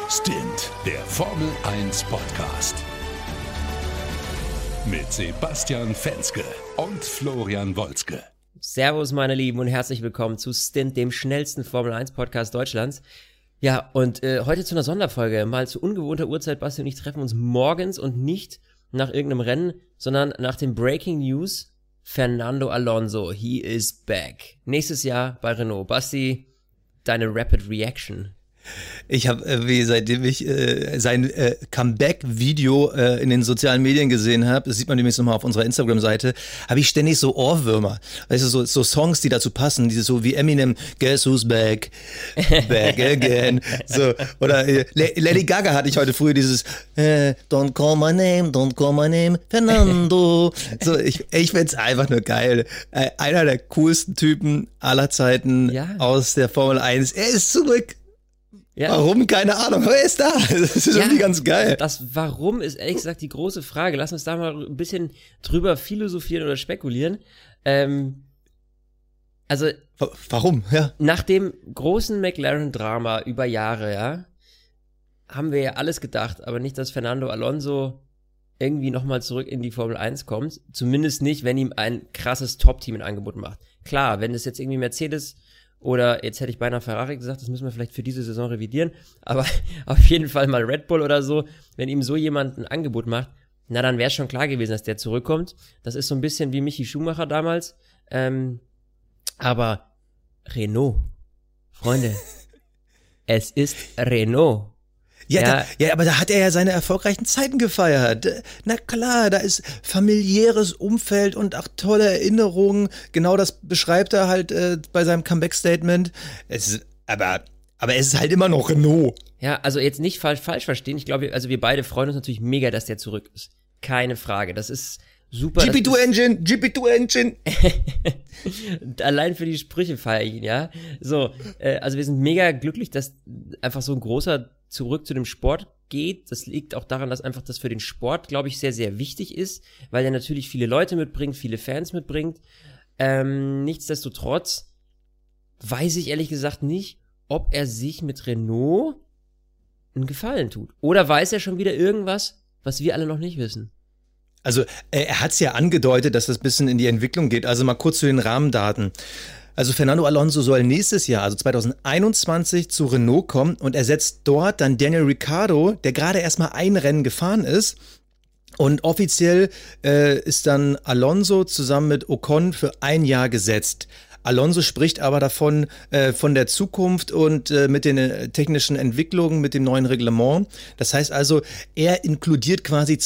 Stint, der Formel 1 Podcast. Mit Sebastian Fenske und Florian Wolzke. Servus meine Lieben und herzlich willkommen zu Stint, dem schnellsten Formel 1 Podcast Deutschlands. Ja, und heute zu einer Sonderfolge, mal zu ungewohnter Uhrzeit. Basti und ich treffen uns morgens und nicht nach irgendeinem Rennen, sondern nach dem Breaking News. Fernando Alonso, he is back. Nächstes Jahr bei Renault. Basti, deine Rapid Reaction. Ich habe, seitdem ich sein Comeback-Video in den sozialen Medien gesehen habe, das sieht man übrigens nochmal auf unserer Instagram-Seite, habe ich ständig so Ohrwürmer. Weißt du, so Songs, die dazu passen, diese so wie Eminem, Guess Who's Back, Back Again. So, oder Lady Gaga hatte ich heute früh dieses Don't call my name, Fernando. So, ich find's einfach nur geil. Einer der coolsten Typen aller Zeiten aus der Formel 1. Er ist zurück. Ja. Warum? Keine Ahnung, aber er ist da. Das ist irgendwie ganz geil. Das Warum ist ehrlich gesagt die große Frage. Lass uns da mal ein bisschen drüber philosophieren oder spekulieren. Also warum? Ja. Nach dem großen McLaren-Drama über Jahre, ja, haben wir ja alles gedacht, aber nicht, dass Fernando Alonso irgendwie nochmal zurück in die Formel 1 kommt. Zumindest nicht, wenn ihm ein krasses Top-Team ein Angebot macht. Klar, wenn es jetzt irgendwie Mercedes oder jetzt hätte ich beinahe Ferrari gesagt, das müssen wir vielleicht für diese Saison revidieren, aber auf jeden Fall mal Red Bull oder so, wenn ihm so jemand ein Angebot macht, na dann wäre es schon klar gewesen, dass der zurückkommt. Das ist so ein bisschen wie Michi Schumacher damals, aber Renault, Freunde, es ist Renault. Ja, aber da hat er ja seine erfolgreichen Zeiten gefeiert. Na klar, da ist familiäres Umfeld und auch tolle Erinnerungen. Genau das beschreibt er halt bei seinem Comeback-Statement. Aber es ist halt immer noch Renault. Ja, also jetzt nicht falsch verstehen. Ich glaube, also wir beide freuen uns natürlich mega, dass der zurück ist. Keine Frage. Das ist super. GP2 Engine. Allein für die Sprüche feiere ich ihn, ja. So, also wir sind mega glücklich, dass einfach so ein großer zurück zu dem Sport geht. Das liegt auch daran, dass einfach das für den Sport, glaube ich, sehr, sehr wichtig ist, weil er natürlich viele Leute mitbringt, viele Fans mitbringt. Nichtsdestotrotz weiß ich ehrlich gesagt nicht, ob er sich mit Renault einen Gefallen tut. Oder weiß er schon wieder irgendwas, was wir alle noch nicht wissen? Also er hat es ja angedeutet, dass das ein bisschen in die Entwicklung geht. Also mal kurz zu den Rahmendaten. Also Fernando Alonso soll nächstes Jahr, also 2021, zu Renault kommen und ersetzt dort dann Daniel Ricciardo, der gerade erstmal ein Rennen gefahren ist. Und offiziell ist dann Alonso zusammen mit Ocon für ein Jahr gesetzt. Alonso spricht aber davon, von der Zukunft und mit den technischen Entwicklungen, mit dem neuen Reglement. Das heißt also, er inkludiert quasi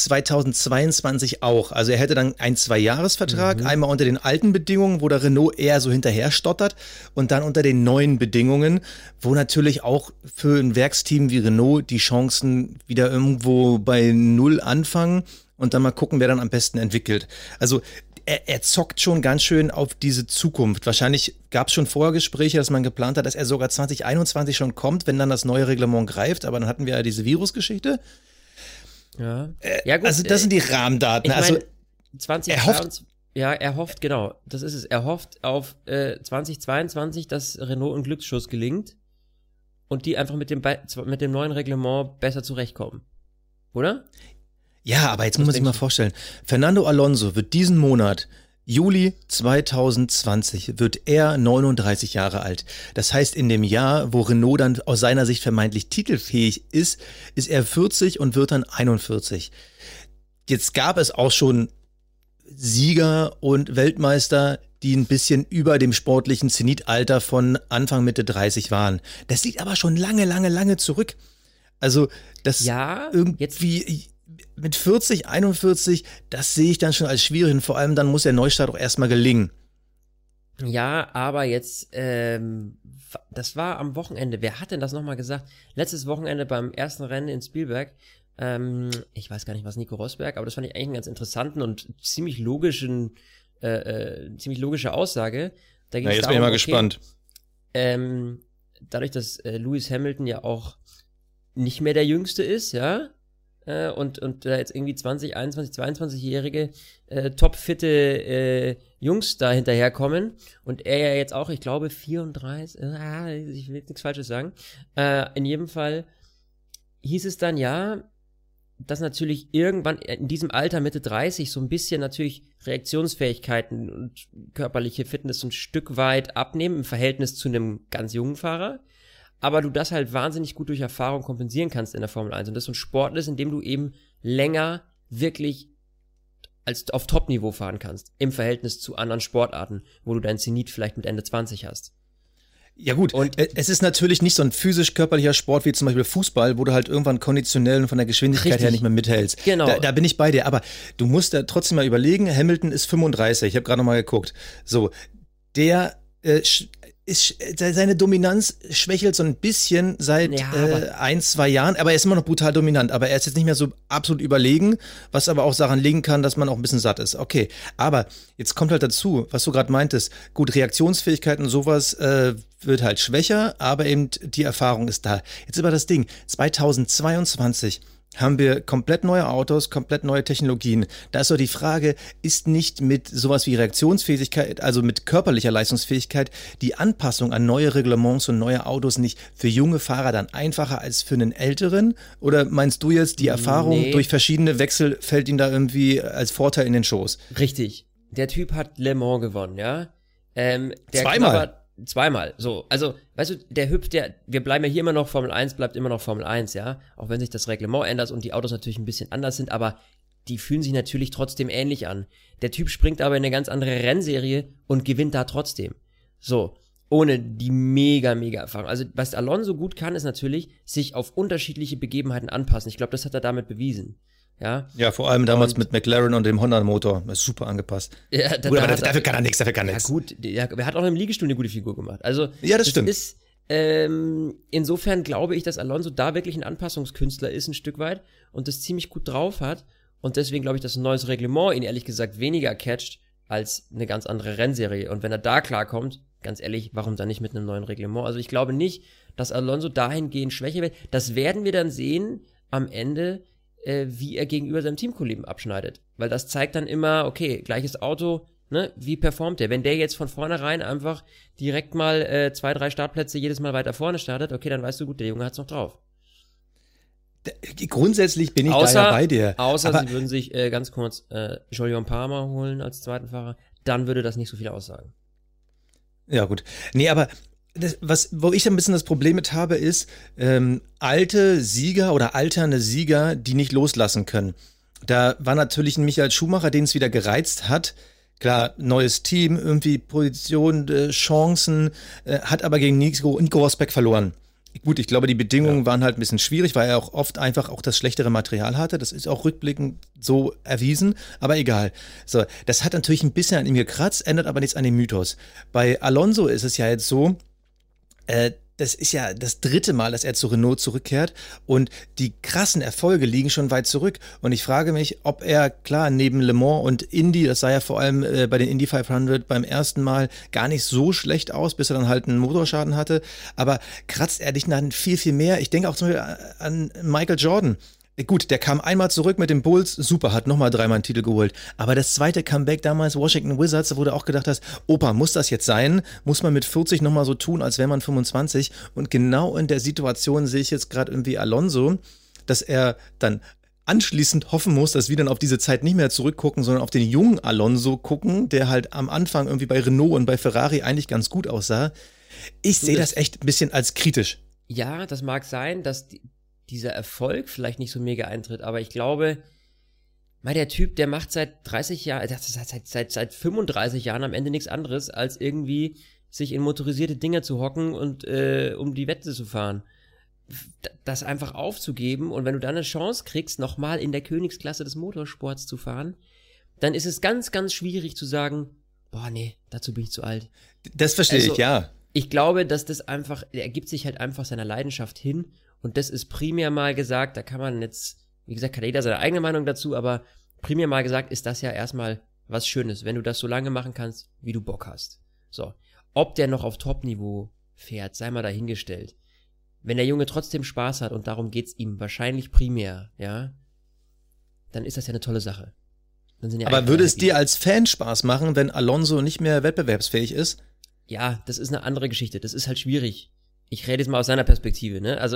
2022 auch. Also er hätte dann einen 2-Jahres-Vertrag, einmal unter den alten Bedingungen, wo der Renault eher so hinterher stottert, und dann unter den neuen Bedingungen, wo natürlich auch für ein Werksteam wie Renault die Chancen wieder irgendwo bei Null anfangen und dann mal gucken, wer dann am besten entwickelt. Also er zockt schon ganz schön auf diese Zukunft. Wahrscheinlich gab es schon vorher Gespräche, dass man geplant hat, dass er sogar 2021 schon kommt, wenn dann das neue Reglement greift. Aber dann hatten wir ja diese Virusgeschichte. Ja, gut. Also das sind die Rahmendaten. Ich meine, also 2022, er hofft, genau, das ist es. Er hofft auf 2022, dass Renault ein Glücksschuss gelingt und die einfach mit dem neuen Reglement besser zurechtkommen. Oder? Ja, aber jetzt muss man sich mal vorstellen, Fernando Alonso wird diesen Monat, Juli 2020, wird er 39 Jahre alt. Das heißt, in dem Jahr, wo Renault dann aus seiner Sicht vermeintlich titelfähig ist, ist er 40 und wird dann 41. Jetzt gab es auch schon Sieger und Weltmeister, die ein bisschen über dem sportlichen Zenitalter von Anfang Mitte 30 waren. Das liegt aber schon lange zurück. Also das irgendwie mit 40, 41, das sehe ich dann schon als schwierig, und vor allem dann muss der Neustart auch erstmal gelingen. Ja, aber jetzt, das war am Wochenende, wer hat denn das nochmal gesagt? Letztes Wochenende beim ersten Rennen in Spielberg, ich weiß gar nicht, was Nico Rosberg, aber das fand ich eigentlich einen ganz interessanten und ziemlich logische Aussage. Da ging's jetzt bin ich mal gespannt. Dadurch, dass Lewis Hamilton ja auch nicht mehr der Jüngste ist, ja, und da jetzt irgendwie 20, 21, 22-jährige topfitte Jungs da hinterherkommen und er ja jetzt auch, ich glaube 34, ich will jetzt nichts Falsches sagen, in jedem Fall hieß es dann ja, dass natürlich irgendwann in diesem Alter, Mitte 30, so ein bisschen natürlich Reaktionsfähigkeiten und körperliche Fitness ein Stück weit abnehmen im Verhältnis zu einem ganz jungen Fahrer, aber du das halt wahnsinnig gut durch Erfahrung kompensieren kannst in der Formel 1 und das so ein Sport ist, in dem du eben länger wirklich als auf Top-Niveau fahren kannst, im Verhältnis zu anderen Sportarten, wo du dein Zenit vielleicht mit Ende 20 hast. Ja gut, und es ist natürlich nicht so ein physisch-körperlicher Sport wie zum Beispiel Fußball, wo du halt irgendwann konditionell und von der Geschwindigkeit her nicht mehr mithältst. Genau. Da bin ich bei dir, aber du musst da trotzdem mal überlegen, Hamilton ist 35, ich habe gerade noch mal geguckt. So, der seine Dominanz schwächelt so ein bisschen seit 1-2 Jahren, aber er ist immer noch brutal dominant, aber er ist jetzt nicht mehr so absolut überlegen, was aber auch daran liegen kann, dass man auch ein bisschen satt ist. Okay, aber jetzt kommt halt dazu, was du gerade meintest, gut, Reaktionsfähigkeit und sowas wird halt schwächer, aber eben die Erfahrung ist da. Jetzt aber das Ding, 2022 haben wir komplett neue Autos, komplett neue Technologien. Da ist doch die Frage, ist nicht mit sowas wie Reaktionsfähigkeit, also mit körperlicher Leistungsfähigkeit, die Anpassung an neue Reglements und neue Autos nicht für junge Fahrer dann einfacher als für einen älteren? Oder meinst du jetzt, die Erfahrung durch verschiedene Wechsel fällt ihm da irgendwie als Vorteil in den Schoß? Richtig. Der Typ hat Le Mans gewonnen, ja? Zweimal, so. Also, weißt du, wir bleiben ja hier immer noch, Formel 1 bleibt immer noch Formel 1, ja? Auch wenn sich das Reglement ändert und die Autos natürlich ein bisschen anders sind, aber die fühlen sich natürlich trotzdem ähnlich an. Der Typ springt aber in eine ganz andere Rennserie und gewinnt da trotzdem. So. Ohne die mega Erfahrung. Also, was Alonso gut kann, ist natürlich, sich auf unterschiedliche Begebenheiten anpassen. Ich glaube, das hat er damit bewiesen. Ja, vor allem damals mit McLaren und dem Honda-Motor. Das ist super angepasst. Ja, aber dafür kann er nichts, Ja gut, er hat auch im Liegestuhl eine gute Figur gemacht. Also, ja, das stimmt. Ist, insofern glaube ich, dass Alonso da wirklich ein Anpassungskünstler ist, ein Stück weit, und das ziemlich gut drauf hat. Und deswegen glaube ich, dass ein neues Reglement ihn ehrlich gesagt weniger catcht als eine ganz andere Rennserie. Und wenn er da klarkommt, ganz ehrlich, warum dann nicht mit einem neuen Reglement? Also ich glaube nicht, dass Alonso dahingehend schwächer wird. Das werden wir dann sehen am Ende, wie er gegenüber seinem Teamkollegen abschneidet. Weil das zeigt dann immer, okay, gleiches Auto, ne, wie performt der? Wenn der jetzt von vornherein einfach direkt mal 2, 3 Startplätze jedes Mal weiter vorne startet, okay, dann weißt du, gut, der Junge hat's noch drauf. Grundsätzlich bin ich da ja bei dir. Außer sie würden sich ganz kurz Jolion Palmer holen als zweiten Fahrer, dann würde das nicht so viel aussagen. Ja gut. Nee, aber wo ich ein bisschen das Problem mit habe, ist alte Sieger oder alternde Sieger, die nicht loslassen können. Da war natürlich ein Michael Schumacher, den es wieder gereizt hat. Klar, neues Team, irgendwie Position, Chancen, hat aber gegen Nico Rosberg verloren. Gut, ich glaube, die Bedingungen waren halt ein bisschen schwierig, weil er auch oft einfach auch das schlechtere Material hatte. Das ist auch rückblickend so erwiesen, aber egal. So, das hat natürlich ein bisschen an ihm gekratzt, ändert aber nichts an dem Mythos. Bei Alonso ist es ja jetzt so, das ist ja das 3. Mal, dass er zu Renault zurückkehrt und die krassen Erfolge liegen schon weit zurück und ich frage mich, ob er, klar, neben Le Mans und Indy, das sah ja vor allem bei den Indy 500 beim ersten Mal gar nicht so schlecht aus, bis er dann halt einen Motorschaden hatte, aber kratzt er dich dann viel mehr? Ich denke auch zum Beispiel an Michael Jordan. Gut, der kam einmal zurück mit den Bulls, super, hat nochmal 3-mal einen Titel geholt. Aber das zweite Comeback damals, Washington Wizards, wo du auch gedacht hast, Opa, muss das jetzt sein? Muss man mit 40 nochmal so tun, als wäre man 25? Und genau in der Situation sehe ich jetzt gerade irgendwie Alonso, dass er dann anschließend hoffen muss, dass wir dann auf diese Zeit nicht mehr zurückgucken, sondern auf den jungen Alonso gucken, der halt am Anfang irgendwie bei Renault und bei Ferrari eigentlich ganz gut aussah. Ich sehe das echt ein bisschen als kritisch. Ja, das mag sein, dass dieser Erfolg vielleicht nicht so mega eintritt, aber ich glaube, der Typ, der macht seit 30 Jahren, seit 35 Jahren am Ende nichts anderes, als irgendwie sich in motorisierte Dinger zu hocken und um die Wette zu fahren. Das einfach aufzugeben und wenn du dann eine Chance kriegst, nochmal in der Königsklasse des Motorsports zu fahren, dann ist es ganz, ganz schwierig zu sagen, boah, nee, dazu bin ich zu alt. Das verstehe ich, ja. Ich glaube, dass das einfach, er gibt sich halt einfach seiner Leidenschaft hin. Und das ist primär mal gesagt, da kann man jetzt, wie gesagt, kann jeder seine eigene Meinung dazu, aber primär mal gesagt ist das ja erstmal was Schönes, wenn du das so lange machen kannst, wie du Bock hast. So. Ob der noch auf Top-Niveau fährt, sei mal dahingestellt. Wenn der Junge trotzdem Spaß hat und darum geht's ihm wahrscheinlich primär, ja, dann ist das ja eine tolle Sache. Dann sind ja aber würde es dir als Fan Spaß machen, wenn Alonso nicht mehr wettbewerbsfähig ist? Ja, das ist eine andere Geschichte. Das ist halt schwierig. Ich rede jetzt mal aus seiner Perspektive, ne? Also,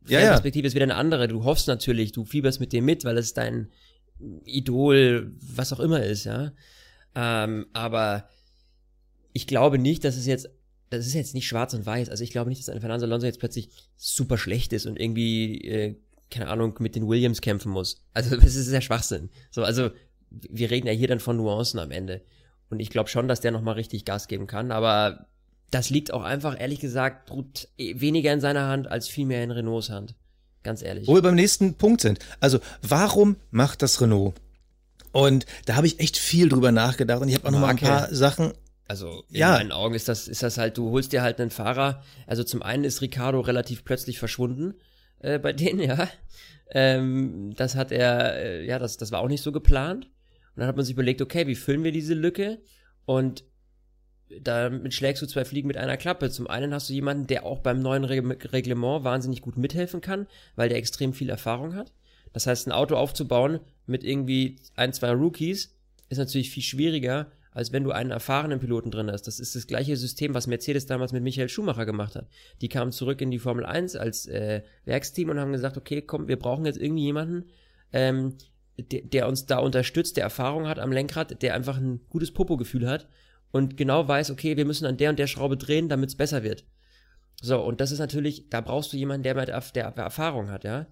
Perspektive ist wieder eine andere. Du hoffst natürlich, du fieberst mit dem mit, weil es dein Idol, was auch immer ist, ja. Aber ich glaube nicht, das ist jetzt nicht schwarz und weiß. Also ich glaube nicht, dass ein Fernando Alonso jetzt plötzlich super schlecht ist und irgendwie, keine Ahnung, mit den Williams kämpfen muss. Also das ist ja Schwachsinn. So, also wir reden ja hier dann von Nuancen am Ende. Und ich glaube schon, dass der nochmal richtig Gas geben kann, aber das liegt auch einfach, ehrlich gesagt, weniger in seiner Hand als viel mehr in Renaults Hand. Ganz ehrlich. Wo wir beim nächsten Punkt sind. Also, warum macht das Renault? Und da habe ich echt viel drüber nachgedacht und ich habe auch nochmal ein paar Sachen. Also, in meinen Augen ist das halt, du holst dir halt einen Fahrer. Also, zum einen ist Ricciardo relativ plötzlich verschwunden bei denen, ja. Das hat das war auch nicht so geplant. Und dann hat man sich überlegt, okay, wie füllen wir diese Lücke? Und damit schlägst du 2 Fliegen mit einer Klappe. Zum einen hast du jemanden, der auch beim neuen Reglement wahnsinnig gut mithelfen kann, weil der extrem viel Erfahrung hat. Das heißt, ein Auto aufzubauen mit irgendwie 1, 2 Rookies ist natürlich viel schwieriger, als wenn du einen erfahrenen Piloten drin hast. Das ist das gleiche System, was Mercedes damals mit Michael Schumacher gemacht hat. Die kamen zurück in die Formel 1 als Werksteam und haben gesagt, okay, komm, wir brauchen jetzt irgendwie jemanden, der uns da unterstützt, der Erfahrung hat am Lenkrad, der einfach ein gutes Popo-Gefühl hat und genau weiß, okay, wir müssen an der und der Schraube drehen, damit es besser wird. So, und das ist natürlich, da brauchst du jemanden, der Erfahrung hat, ja.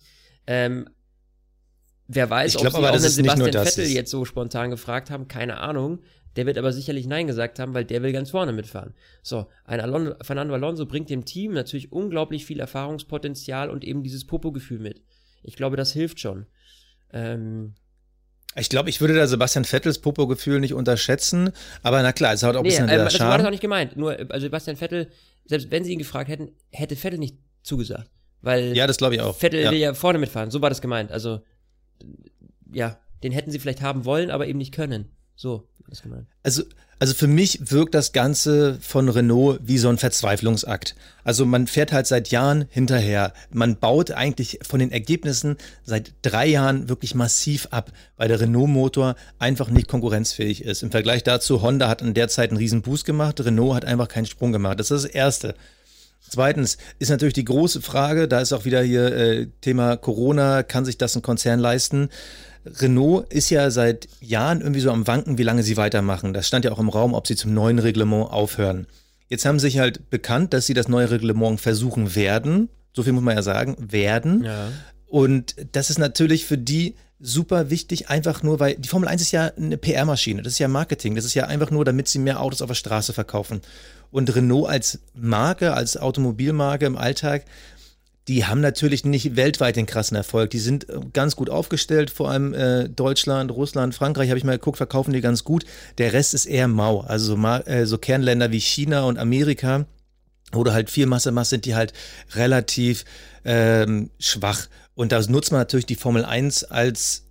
Wer weiß, ob sie auch einen Sebastian Vettel jetzt so spontan gefragt haben, keine Ahnung. Der wird aber sicherlich Nein gesagt haben, weil der will ganz vorne mitfahren. So, Fernando Alonso bringt dem Team natürlich unglaublich viel Erfahrungspotenzial und eben dieses Popo-Gefühl mit. Ich glaube, das hilft schon. Ich glaube, ich würde da Sebastian Vettels Popo-Gefühl nicht unterschätzen, aber na klar, es hat auch ein bisschen der das Charme. war das auch nicht gemeint. Nur, also Sebastian Vettel, selbst wenn sie ihn gefragt hätten, hätte Vettel nicht zugesagt. Weil ja, das glaube ich auch. Vettel will ja vorne mitfahren, so war das gemeint. Also, ja, den hätten sie vielleicht haben wollen, aber eben nicht können. So war das gemeint. Also für mich wirkt das Ganze von Renault wie so ein Verzweiflungsakt. Also man fährt halt seit Jahren hinterher. Man baut eigentlich von den Ergebnissen seit 3 Jahren wirklich massiv ab, weil der Renault-Motor einfach nicht konkurrenzfähig ist. Im Vergleich dazu, Honda hat in der Zeit einen riesen Boost gemacht, Renault hat einfach keinen Sprung gemacht. Das ist das Erste. Zweitens ist natürlich die große Frage, da ist auch wieder hier Thema Corona, kann sich das ein Konzern leisten? Renault ist ja seit Jahren irgendwie so am Wanken, wie lange sie weitermachen. Das stand ja auch im Raum, ob sie zum neuen Reglement aufhören. Jetzt haben sie sich halt bekannt, dass sie das neue Reglement versuchen werden. So viel muss man ja sagen, werden. Ja. Und das ist natürlich für die super wichtig, einfach nur, weil die Formel 1 ist ja eine PR-Maschine, das ist ja Marketing, das ist ja einfach nur, damit sie mehr Autos auf der Straße verkaufen. Und Renault als Marke, als Automobilmarke im Alltag, die haben natürlich nicht weltweit den krassen Erfolg. Die sind ganz gut aufgestellt, vor allem Deutschland, Russland, Frankreich, habe ich mal geguckt, verkaufen die ganz gut. Der Rest ist eher mau. Also so Kernländer wie China und Amerika, wo du halt viel Masse machst, sind die halt relativ schwach. Und da nutzt man natürlich die Formel 1 als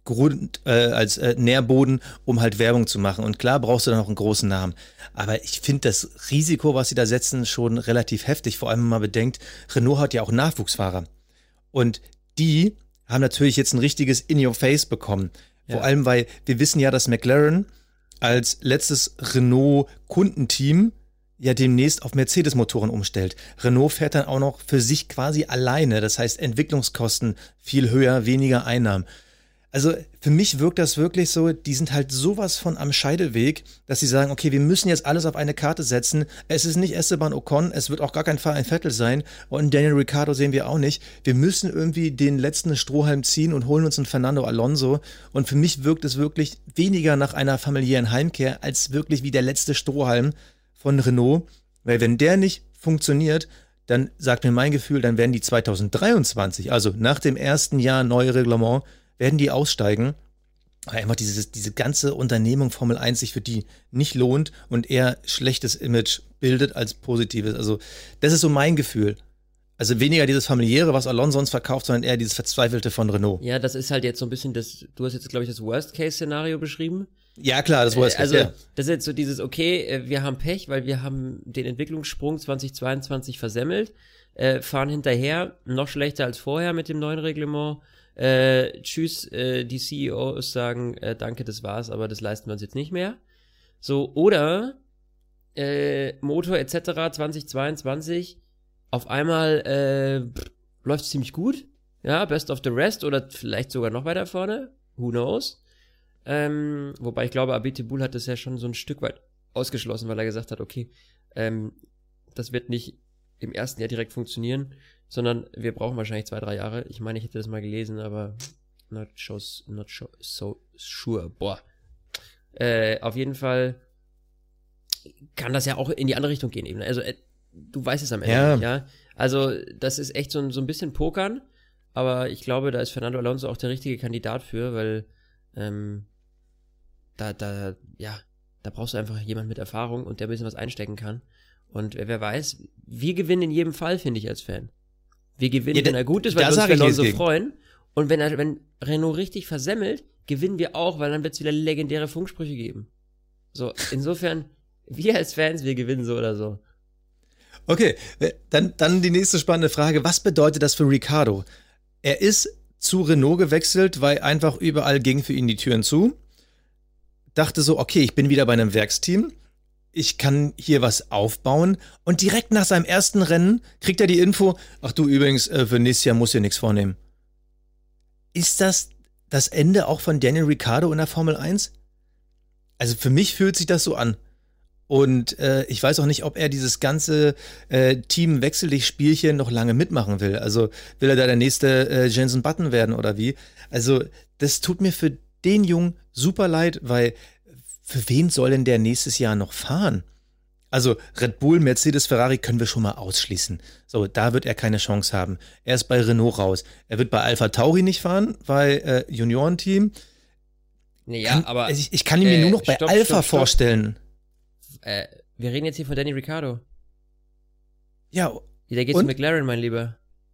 Nährboden, um halt Werbung zu machen. Und klar brauchst du dann auch einen großen Namen. Aber ich finde das Risiko, was sie da setzen, schon relativ heftig. Vor allem, wenn man bedenkt, Renault hat ja auch Nachwuchsfahrer. Und die haben natürlich jetzt ein richtiges In-Your-Face bekommen. Ja. Vor allem, weil wir wissen ja, dass McLaren als letztes Renault-Kundenteam ja demnächst auf Mercedes-Motoren umstellt. Renault fährt dann auch noch für sich quasi alleine. Das heißt, Entwicklungskosten viel höher, weniger Einnahmen. Also für mich wirkt das wirklich so, die sind halt sowas von am Scheideweg, dass sie sagen, okay, wir müssen jetzt alles auf eine Karte setzen. Es ist nicht Esteban Ocon, es wird auch gar kein Verein Vettel sein und Daniel Ricciardo sehen wir auch nicht. Wir müssen irgendwie den letzten Strohhalm ziehen und holen uns einen Fernando Alonso. Und für mich wirkt es wirklich weniger nach einer familiären Heimkehr als wirklich wie der letzte Strohhalm von Renault, weil wenn der nicht funktioniert, dann sagt mir mein Gefühl, dann werden die 2023, also nach dem ersten Jahr neue Reglement, werden die aussteigen, weil einfach diese ganze Unternehmung Formel 1 sich für die nicht lohnt und eher schlechtes Image bildet als positives. Also das ist so mein Gefühl. Also weniger dieses familiäre, was Alonso uns verkauft, sondern eher dieses Verzweifelte von Renault. Ja, das ist halt jetzt so ein bisschen du hast jetzt, glaube ich, das Worst-Case-Szenario beschrieben. Ja, klar, das Worst-Case, also, ja. Das ist jetzt so dieses, okay, wir haben Pech, weil wir haben den Entwicklungssprung 2022 versemmelt, fahren hinterher, noch schlechter als vorher mit dem neuen Reglement. Tschüss, die CEOs sagen, danke, das war's, aber das leisten wir uns jetzt nicht mehr. So, oder Motor etc. 2022 auf einmal läuft ziemlich gut. Ja, best of the rest oder vielleicht sogar noch weiter vorne. Who knows? Wobei ich glaube, Abiteboul hat das ja schon so ein Stück weit ausgeschlossen, weil er gesagt hat, okay, das wird nicht im ersten Jahr direkt funktionieren, sondern wir brauchen wahrscheinlich 2-3 Jahre. Ich meine, ich hätte das mal gelesen, aber not so sure. Boah. Auf jeden Fall kann das ja auch in die andere Richtung gehen eben. Also du weißt es am Ende nicht, ja. Also das ist echt so ein bisschen Pokern, aber ich glaube, da ist Fernando Alonso auch der richtige Kandidat für, weil da brauchst du einfach jemanden mit Erfahrung und der ein bisschen was einstecken kann. Und wer weiß, wir gewinnen in jedem Fall, finde ich, als Fan. Wir gewinnen, wenn er gut ist, weil wir uns für Alonso freuen. Und wenn Renault richtig versemmelt, gewinnen wir auch, weil dann wird es wieder legendäre Funksprüche geben. So, insofern, wir als Fans, wir gewinnen so oder so. Okay, dann die nächste spannende Frage. Was bedeutet das für Ricciardo? Er ist zu Renault gewechselt, weil einfach überall gingen für ihn die Türen zu. Dachte so, okay, ich bin wieder bei einem Werksteam. Ich kann hier was aufbauen. Und direkt nach seinem ersten Rennen kriegt er die Info, ach du, übrigens, für nächstes Jahr musst du dir nichts vornehmen. Ist das Ende auch von Daniel Ricciardo in der Formel 1? Also für mich fühlt sich das so an. Und ich weiß auch nicht, ob er dieses ganze Team-Wechsel-dich-Spielchen noch lange mitmachen will. Also will er da der nächste Jenson Button werden oder wie? Also das tut mir für den Jungen super leid, weil für wen soll denn der nächstes Jahr noch fahren? Also Red Bull, Mercedes, Ferrari können wir schon mal ausschließen. So, da wird er keine Chance haben. Er ist bei Renault raus. Er wird bei Alpha Tauri nicht fahren, weil Juniorenteam. Naja, aber ich kann ihn mir nur noch bei Alpha vorstellen. Wir reden jetzt hier von Danny Ricciardo. Ja. Der geht zu McLaren, mein Lieber.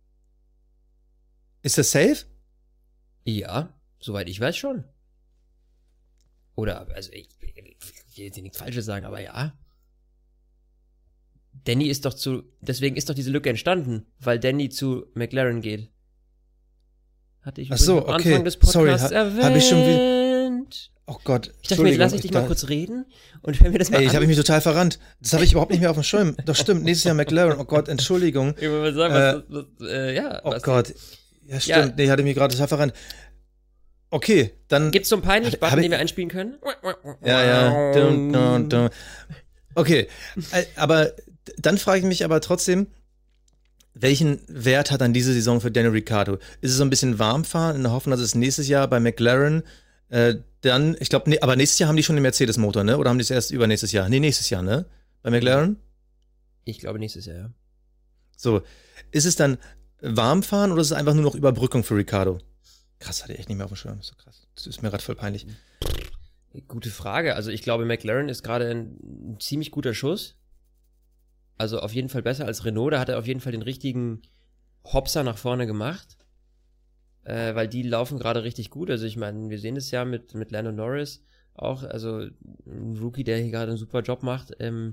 Ist das safe? Ja, soweit ich weiß schon. Oder, also ich will jetzt nichts Falsches sagen, aber ja. Danny ist doch deswegen ist doch diese Lücke entstanden, weil Danny zu McLaren geht. Hatte ich am Anfang des Podcasts erwähnt. Habe ich schon wieder. Oh Gott. Ich dachte mir, lass ich dich mal kurz reden und hör mir das mal an. Ich habe mich total verrannt. Das habe ich überhaupt nicht mehr auf dem Schirm. Doch stimmt, nächstes Jahr McLaren. Oh Gott, Entschuldigung. Ich will mal sagen, oh Gott. Ja, stimmt. Ja. Nee, ich hatte mich gerade total verrannt. Okay, dann. Gibt's so einen peinlichen Button, den wir einspielen können? Ja. Okay, aber dann frage ich mich aber trotzdem, welchen Wert hat dann diese Saison für Daniel Ricciardo? Ist es so ein bisschen warm fahren in der Hoffnung, dass es nächstes Jahr bei McLaren dann, ich glaube, aber nächstes Jahr haben die schon den Mercedes-Motor, ne? Oder haben die es erst übernächstes Jahr? Nee, nächstes Jahr, ne? Bei McLaren? Ich glaube nächstes Jahr, ja. So, ist es dann warm fahren oder ist es einfach nur noch Überbrückung für Ricciardo? Krass, hatte ich echt nicht mehr auf dem Schirm. So krass. Das ist mir gerade voll peinlich. Gute Frage. Also ich glaube, McLaren ist gerade ein ziemlich guter Schuss. Also auf jeden Fall besser als Renault. Da hat er auf jeden Fall den richtigen Hopser nach vorne gemacht. Weil die laufen gerade richtig gut. Also ich meine, wir sehen es ja mit Lando Norris auch. Also ein Rookie, der hier gerade einen super Job macht.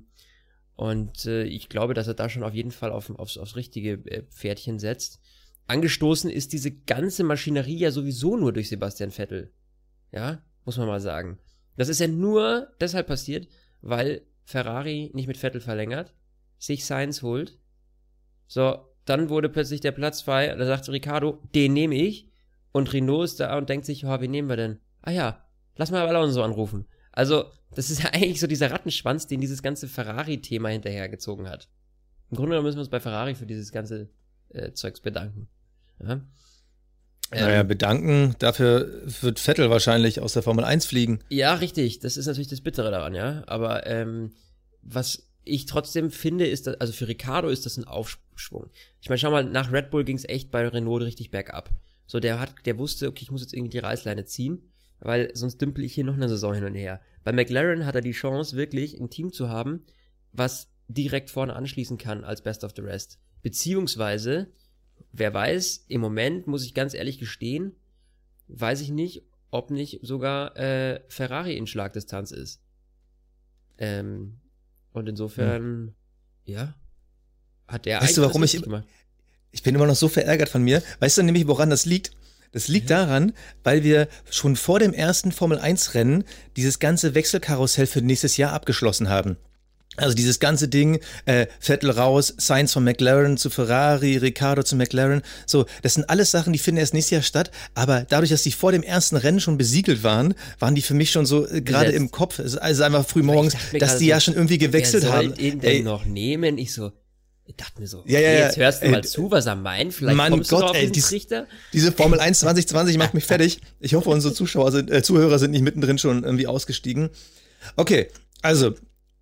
Und ich glaube, dass er da schon auf jeden Fall aufs richtige Pferdchen setzt. Angestoßen ist diese ganze Maschinerie ja sowieso nur durch Sebastian Vettel. Ja, muss man mal sagen. Das ist ja nur deshalb passiert, weil Ferrari nicht mit Vettel verlängert, sich Sainz holt. So, dann wurde plötzlich der Platz frei, da sagt Ricciardo, den nehme ich. Und Renault ist da und denkt sich, wen nehmen wir denn? Ah ja, lass mal Alonso anrufen. Also, das ist ja eigentlich so dieser Rattenschwanz, den dieses ganze Ferrari-Thema hinterhergezogen hat. Im Grunde genommen müssen wir uns bei Ferrari für dieses ganze Zeugs bedanken. Ja? Naja, bedanken, dafür wird Vettel wahrscheinlich aus der Formel 1 fliegen. Ja, richtig, das ist natürlich das Bittere daran, ja. Aber was ich trotzdem finde, ist, also für Ricciardo ist das ein Aufschwung. Ich meine, schau mal, nach Red Bull ging es echt bei Renault richtig bergab. So, der wusste, okay, ich muss jetzt irgendwie die Reißleine ziehen, weil sonst dümpel ich hier noch eine Saison hin und her. Bei McLaren hat er die Chance, wirklich ein Team zu haben, was direkt vorne anschließen kann als Best of the Rest. Beziehungsweise, wer weiß, im Moment, muss ich ganz ehrlich gestehen, weiß ich nicht, ob nicht sogar Ferrari in Schlagdistanz ist. Und insofern, ja, hat der weißt du, warum ich bin immer noch so verärgert von mir. Weißt du nämlich, woran das liegt? Das liegt daran, weil wir schon vor dem ersten Formel-1-Rennen dieses ganze Wechselkarussell für nächstes Jahr abgeschlossen haben. Also dieses ganze Ding, Vettel raus, Sainz von McLaren zu Ferrari, Ricciardo zu McLaren, so, das sind alles Sachen, die finden erst nächstes Jahr statt, aber dadurch, dass die vor dem ersten Rennen schon besiegelt waren die für mich schon so gerade im Kopf, also einfach früh morgens, dass die ja schon irgendwie gewechselt haben. Wer soll den denn noch nehmen? Ich dachte mir so, jetzt hörst du mal zu, was er meint, vielleicht kommst du auf diesen Trichter. Diese Formel 1 2020 macht mich fertig. Ich hoffe, unsere Zuhörer sind nicht mittendrin schon irgendwie ausgestiegen. Okay, also,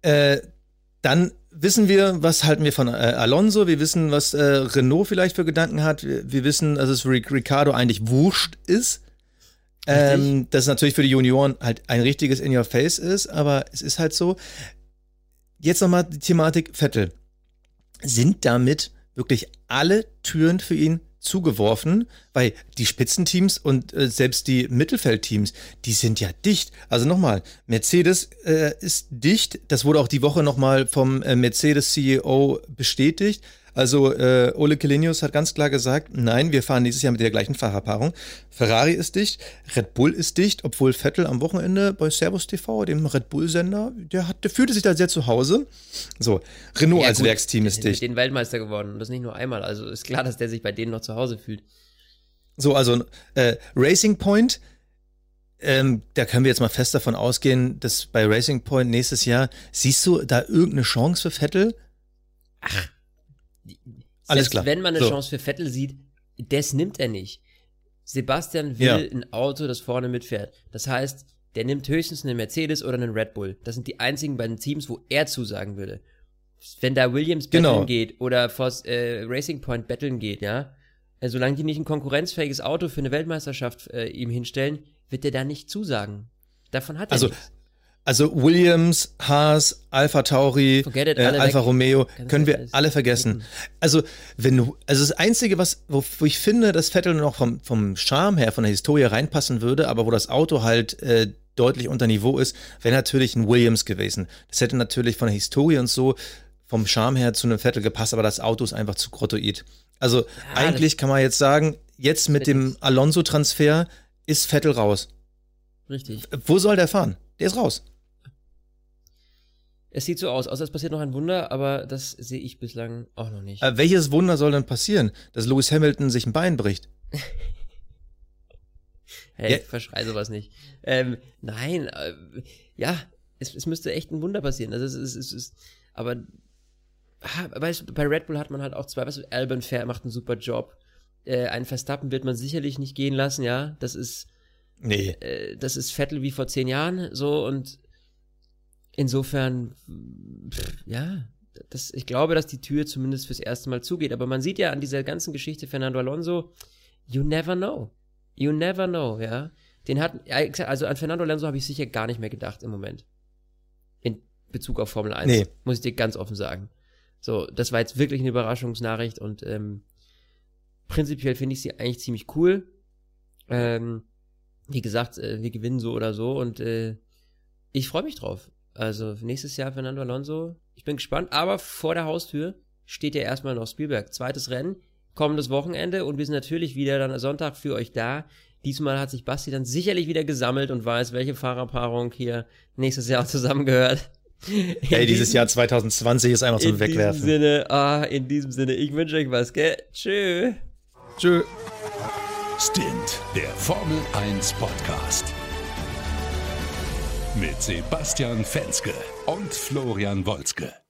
dann wissen wir, was halten wir von Alonso, wir wissen, was Renault vielleicht für Gedanken hat, wir wissen, dass es Ricciardo eigentlich wurscht ist, dass es natürlich für die Junioren halt ein richtiges In-Your-Face ist, aber es ist halt so. Jetzt nochmal die Thematik Vettel. Sind damit wirklich alle Türen für ihn zugeworfen, weil die Spitzenteams und selbst die Mittelfeldteams, die sind ja dicht. Also nochmal, Mercedes ist dicht, das wurde auch die Woche nochmal vom Mercedes-CEO bestätigt. Also Ole Kellenius hat ganz klar gesagt, nein, wir fahren nächstes Jahr mit der gleichen Fahrerpaarung. Ferrari ist dicht, Red Bull ist dicht, obwohl Vettel am Wochenende bei Servus TV, dem Red Bull-Sender, der fühlte sich da sehr zu Hause. So, Renault als Werksteam ist dicht. Mit den Weltmeister geworden und das nicht nur einmal. Also ist klar, dass der sich bei denen noch zu Hause fühlt. So, also Racing Point, da können wir jetzt mal fest davon ausgehen, dass bei Racing Point nächstes Jahr, siehst du da irgendeine Chance für Vettel? Ach, alles klar. Wenn man eine Chance für Vettel sieht, das nimmt er nicht. Sebastian will ein Auto, das vorne mitfährt. Das heißt, der nimmt höchstens einen Mercedes oder einen Red Bull. Das sind die einzigen beiden Teams, wo er zusagen würde. Wenn da Williams betteln geht oder Racing Point betteln geht, ja, solange die nicht ein konkurrenzfähiges Auto für eine Weltmeisterschaft ihm hinstellen, wird der da nicht zusagen. Davon hat er nichts. Also Williams, Haas, Alpha Tauri, Alfa Romeo, können wir alle vergessen. Also das Einzige, wo ich finde, dass Vettel noch vom Charme her, von der Historie reinpassen würde, aber wo das Auto halt deutlich unter Niveau ist, wäre natürlich ein Williams gewesen. Das hätte natürlich von der Historie und so vom Charme her zu einem Vettel gepasst, aber das Auto ist einfach zu grottoid. Also eigentlich kann man jetzt sagen, jetzt mit dem Alonso-Transfer ist Vettel raus. Richtig. Wo soll der fahren? Der ist raus. Es sieht so aus, außer es passiert noch ein Wunder, aber das sehe ich bislang auch noch nicht. Welches Wunder soll denn passieren? Dass Lewis Hamilton sich ein Bein bricht? Hey, verschrei sowas nicht. Nein, es müsste echt ein Wunder passieren. Also es ist aber weißt du, bei Red Bull hat man halt auch zwei, weißt du, Albon macht einen super Job. Einen Verstappen wird man sicherlich nicht gehen lassen, ja. Das ist Vettel wie vor 10 Jahren so und insofern, ich glaube, dass die Tür zumindest fürs erste Mal zugeht. Aber man sieht ja an dieser ganzen Geschichte Fernando Alonso, you never know. You never know, ja. Also an Fernando Alonso habe ich sicher gar nicht mehr gedacht im Moment. In Bezug auf Formel 1. Muss ich dir ganz offen sagen. So, das war jetzt wirklich eine Überraschungsnachricht und prinzipiell finde ich sie eigentlich ziemlich cool. Wie gesagt, wir gewinnen so oder so und ich freue mich drauf. Also nächstes Jahr Fernando Alonso, ich bin gespannt, aber vor der Haustür steht ja erstmal noch Spielberg. Zweites Rennen, kommendes Wochenende und wir sind natürlich wieder dann Sonntag für euch da. Diesmal hat sich Basti dann sicherlich wieder gesammelt und weiß, welche Fahrerpaarung hier nächstes Jahr zusammengehört. Dieses Jahr 2020 ist einfach zum Wegwerfen. In diesem Sinne, ich wünsche euch was, gell? Tschö. Stint, der Formel 1 Podcast. Mit Sebastian Fenske und Florian Wolzke.